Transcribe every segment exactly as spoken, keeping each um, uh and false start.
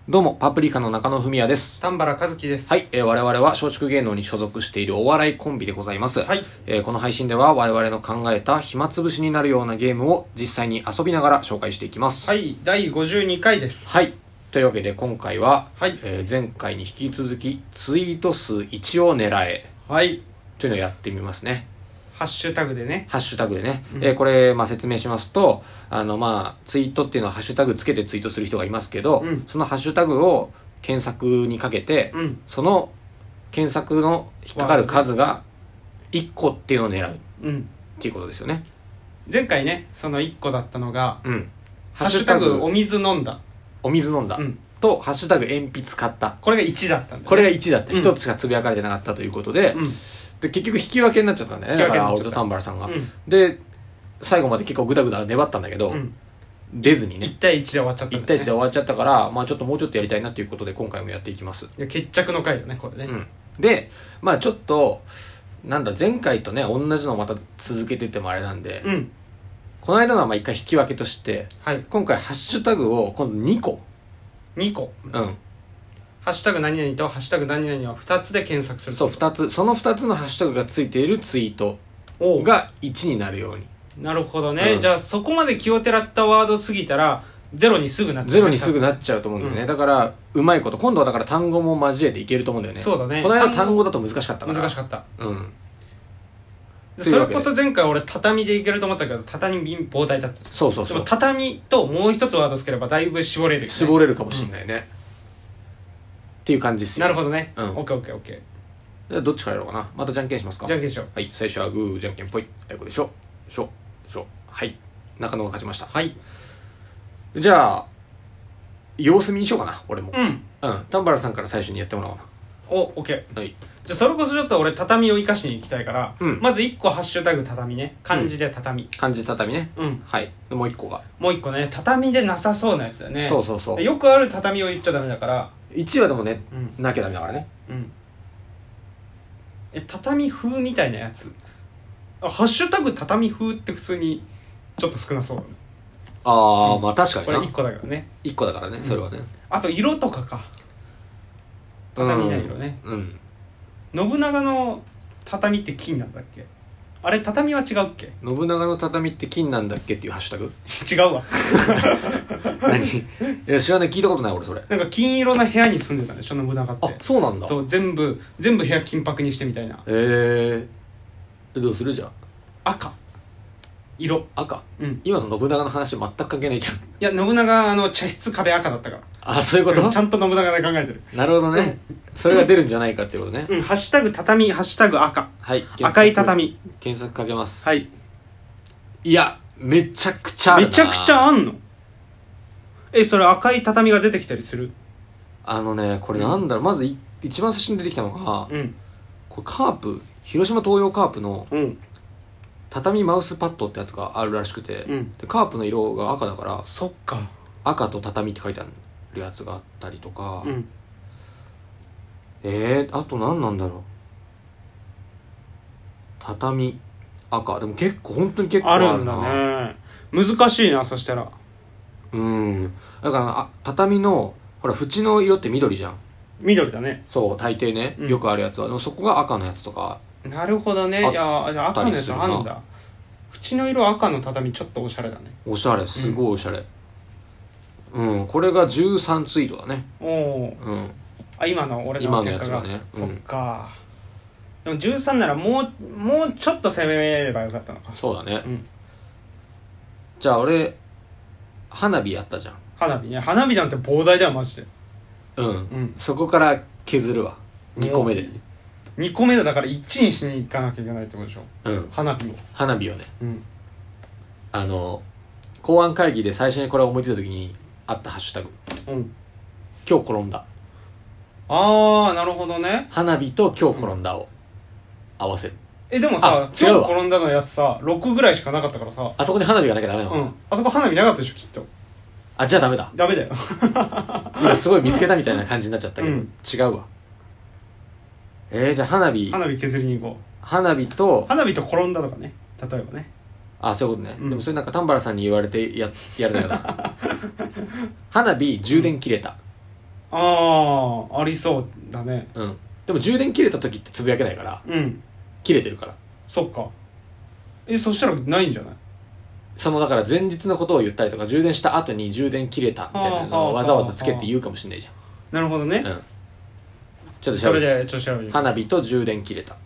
どうも、パプリカの中野文也です。 丹原和樹です。 はい、えー、我々は松竹芸能に所属しているお笑いコンビでございます。 はい。 えー、この配信では我々の考えた暇つぶしになるようなゲームを実際に遊びながら紹介していきます。 はい、だいごじゅうにかいです。 はい。というわけで今回は、 はい。 えー、前回に引き続きツイート数いちを狙え。 はい。 というのをやってみますね。 ハッシュタグでね。 ハッシュタグでね。 うん、 えー、これ、まあ、説明しますと、あの、まあ、ツイートっていうのはハッシュタグつけてツイートする人がいますけど、 うん、 そのハッシュタグを検索にかけて、 うん、 その検索の引っかかる数がいっこっていうのを狙う。うん。っていうことですよね。 前回ね、そのいっこだったのが、 うん。 ハッシュタグお水飲んだ。 お水飲んだ。うん。と、ハッシュタグ鉛筆買った。 これがいちだったんだ、ね。 これがいちだって、ひとつしかつぶやかれてなかったということで、うん、で結局引き分けになっちゃったんだよね。だから俺と丹原さんが、うん、で最後まで結構グダグダ粘ったんだけど、うん、出ずにねいちたいいちで終わっちゃったんだよね。 いちたいいちで終わっちゃったから、まあちょっともうちょっとやりたいなということで今回もやっていきます。 いや決着の回よねこれね、うん、 でまあちょっとなんだ前回とね同じのをまた続けててもあれなんで、うん、この間のはまあいっかい引き分けとして、はい、今回ハッシュタグを今度にこにこうんハッシュタグ何々とハッシュタグ何々はふたつで検索する。 そうふたつ、そのふたつのハッシュタグがついているツイートがいちになるように。 なるほどね、うん、じゃあそこまで気をてらったワード過ぎたらゼロにすぐなっちゃう、ね、 ゼロにすぐなっちゃうと思うんだよね、うん、だからうまいこと今度はだから単語も交えていけると思うんだよね。 そうだね。 この間単語だと難しかったから難しかったうんそれこそ前回俺畳でいけると思ったけど畳膨大だった。 そうそうそう。 でも畳ともう一つワードつければだいぶ絞れるよね。 絞れるかもしれないね、うんっていう感じですよ。 なるほどね。 うん。 オッケーオッケーオッケー。 じゃあどっちからやろうかな。またじゃんけんしますか。 じゃんけんしよう。 はい。最初はグーじゃんけんぽい。あいこでしょ。しょ。しょ。はい。中野が勝ちました。 はい。 じゃあ様子見にしようかな。俺も。 うん。 うん。丹原さんから最初にやってもらおうな。 お、オッケー。 はい。 じゃあそれこそちょっと俺畳を生かしに行きたいから、うん、まずいっこハッシュタグ畳ね。漢字で畳。うん、 漢字畳ね。 うん。 はい。もういっこが。 もういっこね。畳でなさそうなやつだよね。 そうそうそう。 よくある畳を言っちゃダメだから。 いちはでもね、うん、なきゃダメだからね。 うん。え、畳風みたいなやつ。あ、ハッシュタグ畳風って普通にちょっと少なそうだね。 ああ、うん、まあ確かにこれいっこだからね。 いっこだからね、それはね。うん、 あと色とかか。畳の色ね。 うん。うん、 信長の畳って金なんだっけ？あれ畳は違うっけ？ 信長の畳って金なんだっけっていうハッシュタグ違うわ何いや知らない、聞いたことない俺それ。 なんか金色の部屋に住んでたんでしょ信長って。 あ、そうなんだ。 そう、全部全部部屋金箔にしてみたいな。 へえー、どうするじゃあ。 赤色赤、 うん、 今の信長の話全く関係ないじゃん。いや信長あの茶室壁赤だったから。 あ、そういうこと。 ちゃんと信長で考えてる。 なるほどね、うん、それが出るんじゃないかっていうことね。 うん、ハッシュタグ畳ハッシュタグ赤。 はい、 赤い畳検索かけます。 はい。 いやめちゃくちゃあるな。 めちゃくちゃあんの。え、それ赤い畳が出てきたりする？ あのねこれなんだろう、うん、まずい一番最初に出てきたのが、うん、これカープ広島東洋カープの、うん畳マウスパッドってやつがあるらしくて、うん、でカープの色が赤だからそっか赤と畳って書いてあるやつがあったりとか、うん、えー、あと何なんだろう。畳赤でも結構本当に結構あるな。あるんだね。難しいな。そしたらうんだからあ畳のほら縁の色って緑じゃん。 緑だね。 そう大抵ね、うん、よくあるやつはでもそこが赤のやつとか。 なるほどね。いやじゃあ赤のやつあるんだ。縁の色赤の畳ちょっとおしゃれだね。 おしゃれ、すごいおしゃれ。うん、うん、これがじゅうさんツイートだね。 おお。うん。あ、今の俺の結果が。 今のやつがね。 うん、そっか。でもじゅうさんならもうもうちょっと攻めればよかったのか。 そうだね。うん。じゃあ俺花火やったじゃん。 花火ね。花火なんて膨大だよマジで。 うん。うん。そこから削るわ。にこめで。 にこめだからいちにしに行かなきゃいけないってことでしょ。 うん。 花火を。 花火をね。 うん。 あの公安会議で最初にこれを思いついた時にあったハッシュタグ。うん。今日転んだ。 あーなるほどね。 花火と今日転んだを合わせる。 えでもさ今日転んだのやつさろくぐらいしかなかったからさ。 あそこに花火がなきゃダメなの。 うん。あそこ花火なかったでしょきっと。 あじゃあダメだ。 ダメだよ。 今すごい見つけたみたいな感じになっちゃったけど、うん、違うわ。えー、じゃあ花火花火削りに行こう。 花火と花火と転んだとかね例えばね。 あそういうことね、うん、でもそれなんか丹原さんに言われてややるんだよな。花火充電切れた、 ああありそうだね。 うんでも充電切れた時ってつぶやけないから、 うん切れてるから。 そっか。えそしたらないんじゃない？ そのだから前日のことを言ったりとか、充電した後に充電切れたみたいなのをわざわざつけて言うかもしれないじゃん。 なるほどね。 うんちょっとそれでちょっと調べて。 花火と充電切れた。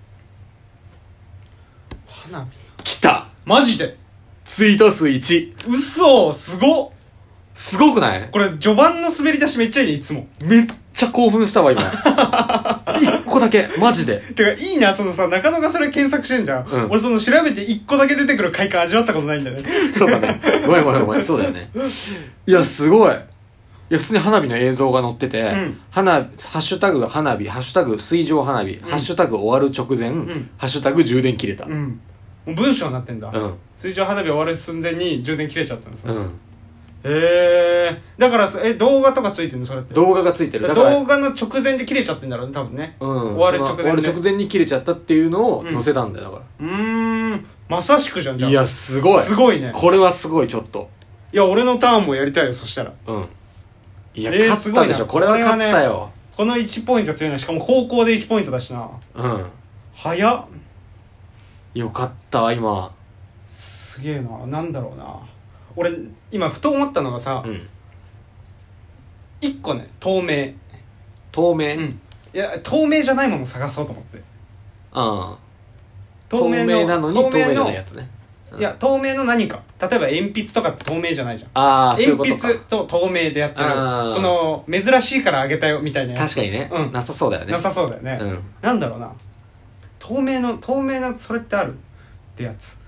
花火来た。 マジでツイート数いち。 嘘すごっ。 すごくない？ これ序盤の滑り出しめっちゃいいね。いつもめっちゃ興奮したわ今一個だけマジで。 てかいいな。そのさ中野がそれ検索してんじゃん、うん、俺その調べて一個だけ出てくる快感味わったことないんだよねそうだねごめんごめんごめんそうだよね。いやすごい。いや普通に花火の映像が載ってて、うん、花ハッシュタグ花火ハッシュタグ水上花火、うん、ハッシュタグ終わる直前、うん、ハッシュタグ充電切れた、うん、 もう文章になってんだ、 うん、 水上花火終わる寸前に充電切れちゃったんですよ、 うん、 へえ。だからえ動画とかついてるのそれって？ 動画がついてる。 だから動画の直前で切れちゃってんだろうね多分ね、 うん、 終わる直前で、 終わる直前に切れちゃったっていうのを載せたんだよだから。 うーんまさしくじゃん。じゃあいやすごいすごいね。 これはすごい。ちょっといや俺のターンもやりたいよそしたら。 うんいや、えー、勝ったでしょ。これは勝ったよ、ね、 このいちポイント強いな。しかも方向でいちポイントだしな。 うん早っ。 よかったわ今。 すげえな。なんだろうな俺今ふと思ったのがさ、うん、いっこね透明透明、 うん、いや透明じゃないものを探そうと思って。 ああ透明の透明なのに透明じゃないやつね、 うん、いや透明の何か。例えば鉛筆とかって透明じゃないじゃん。 ああそういうことか。 鉛筆と透明でやってるその珍しいからあげたよみたいなやつ。 確かにね、うん、なさそうだよね。 なさそうだよね、うん、なんだろうな透明の透明なそれってあるってやつ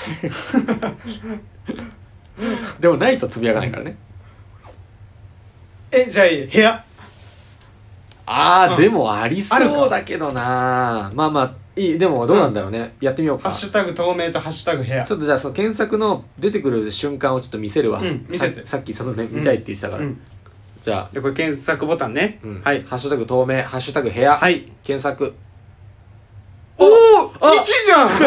でもないとつぶやかないからね。 えじゃあいい部屋。 あー、うん、でもありそうだけどな。まあまあいい。でもどうなんだろうね、うん、やってみようか。 ハッシュタグ透明とハッシュタグ部屋。 ちょっとじゃあその検索の出てくる瞬間をちょっと見せるわ、 うん、見せて。 さ, さっきそのね見たいって言ってたから、うん、じゃあでこれ検索ボタンね、 うん、 はい。 ハッシュタグ透明ハッシュタグ部屋、 はい、 検索。 おおいちじゃん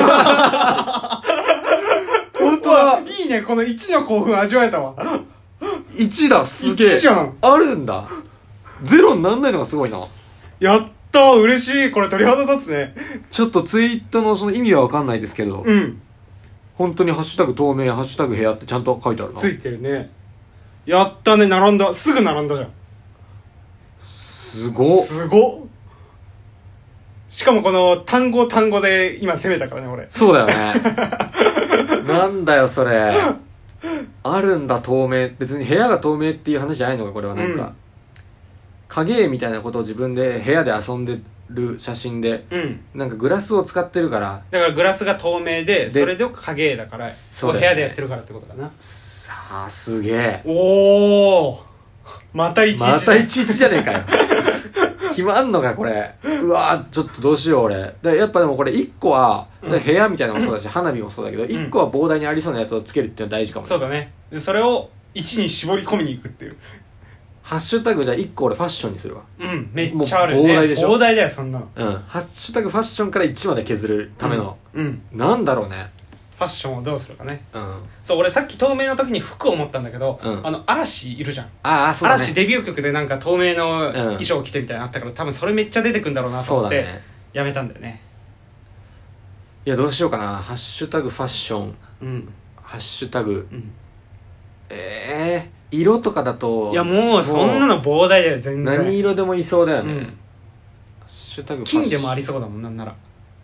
本当だ。 いいね。このいちの興奮味わえたわ。 いちだ。すげえ。 いちじゃん。 あるんだ。ゼロになんないのがすごいな。 やったー嬉しい。これ鳥肌立つね。 ちょっとツイートのその意味は分かんないですけど、 うん、 本当にハッシュタグ透明ハッシュタグ部屋ってちゃんと書いてあるな。 ついてるね。やったね。並んだ。すぐ並んだじゃん。 すごっすごっ。しかもこの単語単語で今攻めたからね俺。 そうだよねなんだよそれ。あるんだ透明。別に部屋が透明っていう話じゃないのかこれは。なんか、うん、影絵みたいなことを自分で部屋で遊んでる写真で、うん、なんかグラスを使ってるから。 だからグラスが透明でそれで影絵だからそう、ね、部屋でやってるからってことかな。 さあすげえ。 おおまたいちいちまたいちいちじゃねえかよ決まんのかこれ。うわちょっとどうしよう俺。でやっぱでもこれいっこは、うん、部屋みたいなのもそうだし花火もそうだけど、うん、いっこは膨大にありそうなやつをつけるっていうのは大事かも、ね、 そうだね。でそれをいちに絞り込みに行くっていう。 ハッシュタグじゃあいっこ俺ファッションにするわ。 うんめっちゃあるね。 膨大でしょ。 膨大だよそんなの。 うんハッシュタグファッションからいちまで削るための、 うん、うん、 なんだろうねファッションをどうするかね。 うん、 そう俺さっき透明の時に服を思ったんだけど、うん、あの嵐いるじゃん。 ああそうだね。 嵐デビュー曲でなんか透明の衣装を着てみたいなのあったから、うん、多分それめっちゃ出てくんだろうなと思って、ね、やめたんだよね。 いやどうしようかな。ハッシュタグファッション、 うん、 ハッシュタグ、 うん、 えー、色とかだといやもうそんなの膨大だよ全然。 何色でもいそうだよね、うん、ハッシュタグファッション金でもありそうだもんなんなら。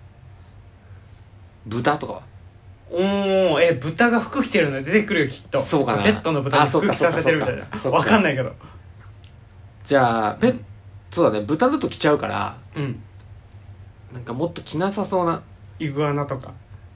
豚とかはおーえ豚が服着てるの出てくるよきっと。 そうかな。 ペットの豚に服着させてるみたいな。分かんないけど。 じゃあペッ、うん、そうだね豚だと着ちゃうから、 うん、 なんかもっと着なさそうなイグアナとか。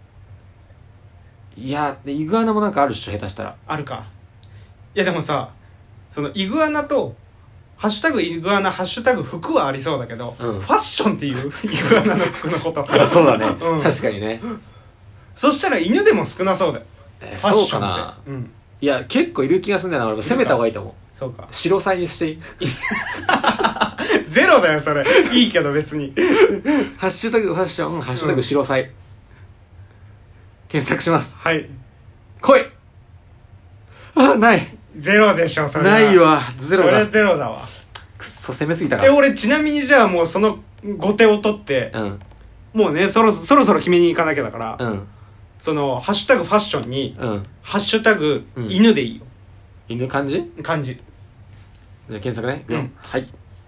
いやイグアナもなんかあるっしょ下手したら。 あるか。いやでもさそのイグアナとハッシュタグイグアナハッシュタグ服はありそうだけど、うん、ファッションっていうイグアナの服のことそうだね、うん、確かにね。 そしたら犬でも少なそうだよ、 えー、そうかな、うん、いや結構いる気がするんだよな。俺も攻めた方がいいと思う。 そうか白サイにしていいゼロだよそれ。いいけど別にハッシュタグファッションハッシュタグ白サイ、うん、検索します。 はい。 来い。あない。 ゼロでしょそれは。 ないわゼロだ。 それゼロだわ。 くっそ攻めすぎたかえ俺ちなみにじゃあもうその後手を取って、うん、もうねそろそろそろ決めに行かなきゃだから、うん、そのハッシュタグファッションに、うん、ハッシュタグ、うん、犬でいいよ。 犬漢字漢字。 じゃあ検索ね、うん、はい。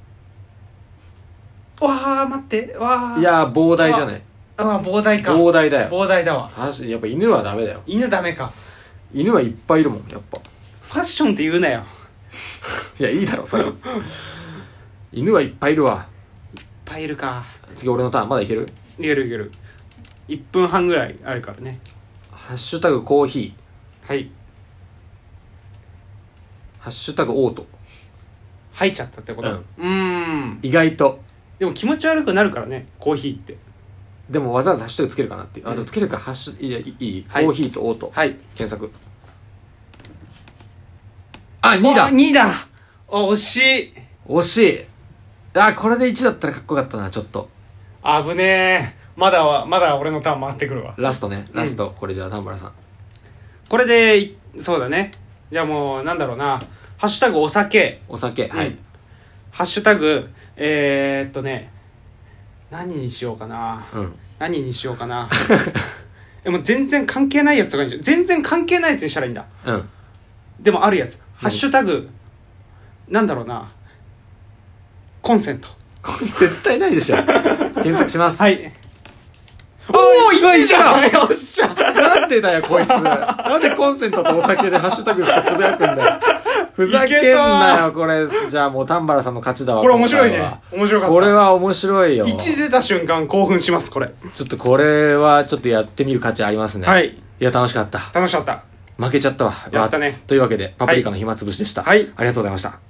わー待ってわーいやー膨大じゃない。 ああ膨大か。 膨大だよ。 膨大だわ。 やっぱ犬はダメだよ。 犬ダメか。 犬はいっぱいいるもんやっぱ。 ファッションって言うなよ。 いやいいだろそれは。犬はいっぱいいるわ。 いっぱいいるか。 次俺のターン。まだいける？ いけるいける。いっぷんはんぐらいあるからね。 ハッシュタグコーヒー。はい。 ハッシュタグオート。 入っちゃったってこと？うん。うーん。 意外と。 でも気持ち悪くなるからねコーヒーって。 でもわざわざハッシュタグつけるかなっていう。あとつけるかハッシュいいいい、はい、コーヒーとオート。はい。検索。あにだ。 にだ。あ惜しい。 惜しい。あこれでいちだったらかっこよかったなちょっと。 危ねえ。まだはまだ俺のターン回ってくるわ。 ラストねラスト、うん、これじゃあ丹原さん。 これでそうだね。じゃあもうなんだろうな。ハッシュタグお酒。 お酒、うん、はい。 ハッシュタグえー、っとね何にしようかな、うん、何にしようかなでも全然関係ないやつとかにしよう。全然関係ないやつにしたらいいんだ、うん、でもあるやつ。ハッシュタグなんだろうなコンセント。 絶対ないでしょ検索します。 はい。 おーいちじゃん。よっしゃ。なんでだよこいつ。なんでコンセントとお酒でハッシュタグしてつぶやくんだよ。ふざけんなよこれ。じゃあもう丹原さんの勝ちだわ。 これ面白いね。面白かった。 これは面白いよ。 いち出た瞬間興奮しますこれ。 ちょっとこれはちょっとやってみる価値ありますね。はい。いや楽しかった。 楽しかった。 負けちゃったわ。 やったね。 というわけでパプリカの暇つぶしでした。はい。ありがとうございました。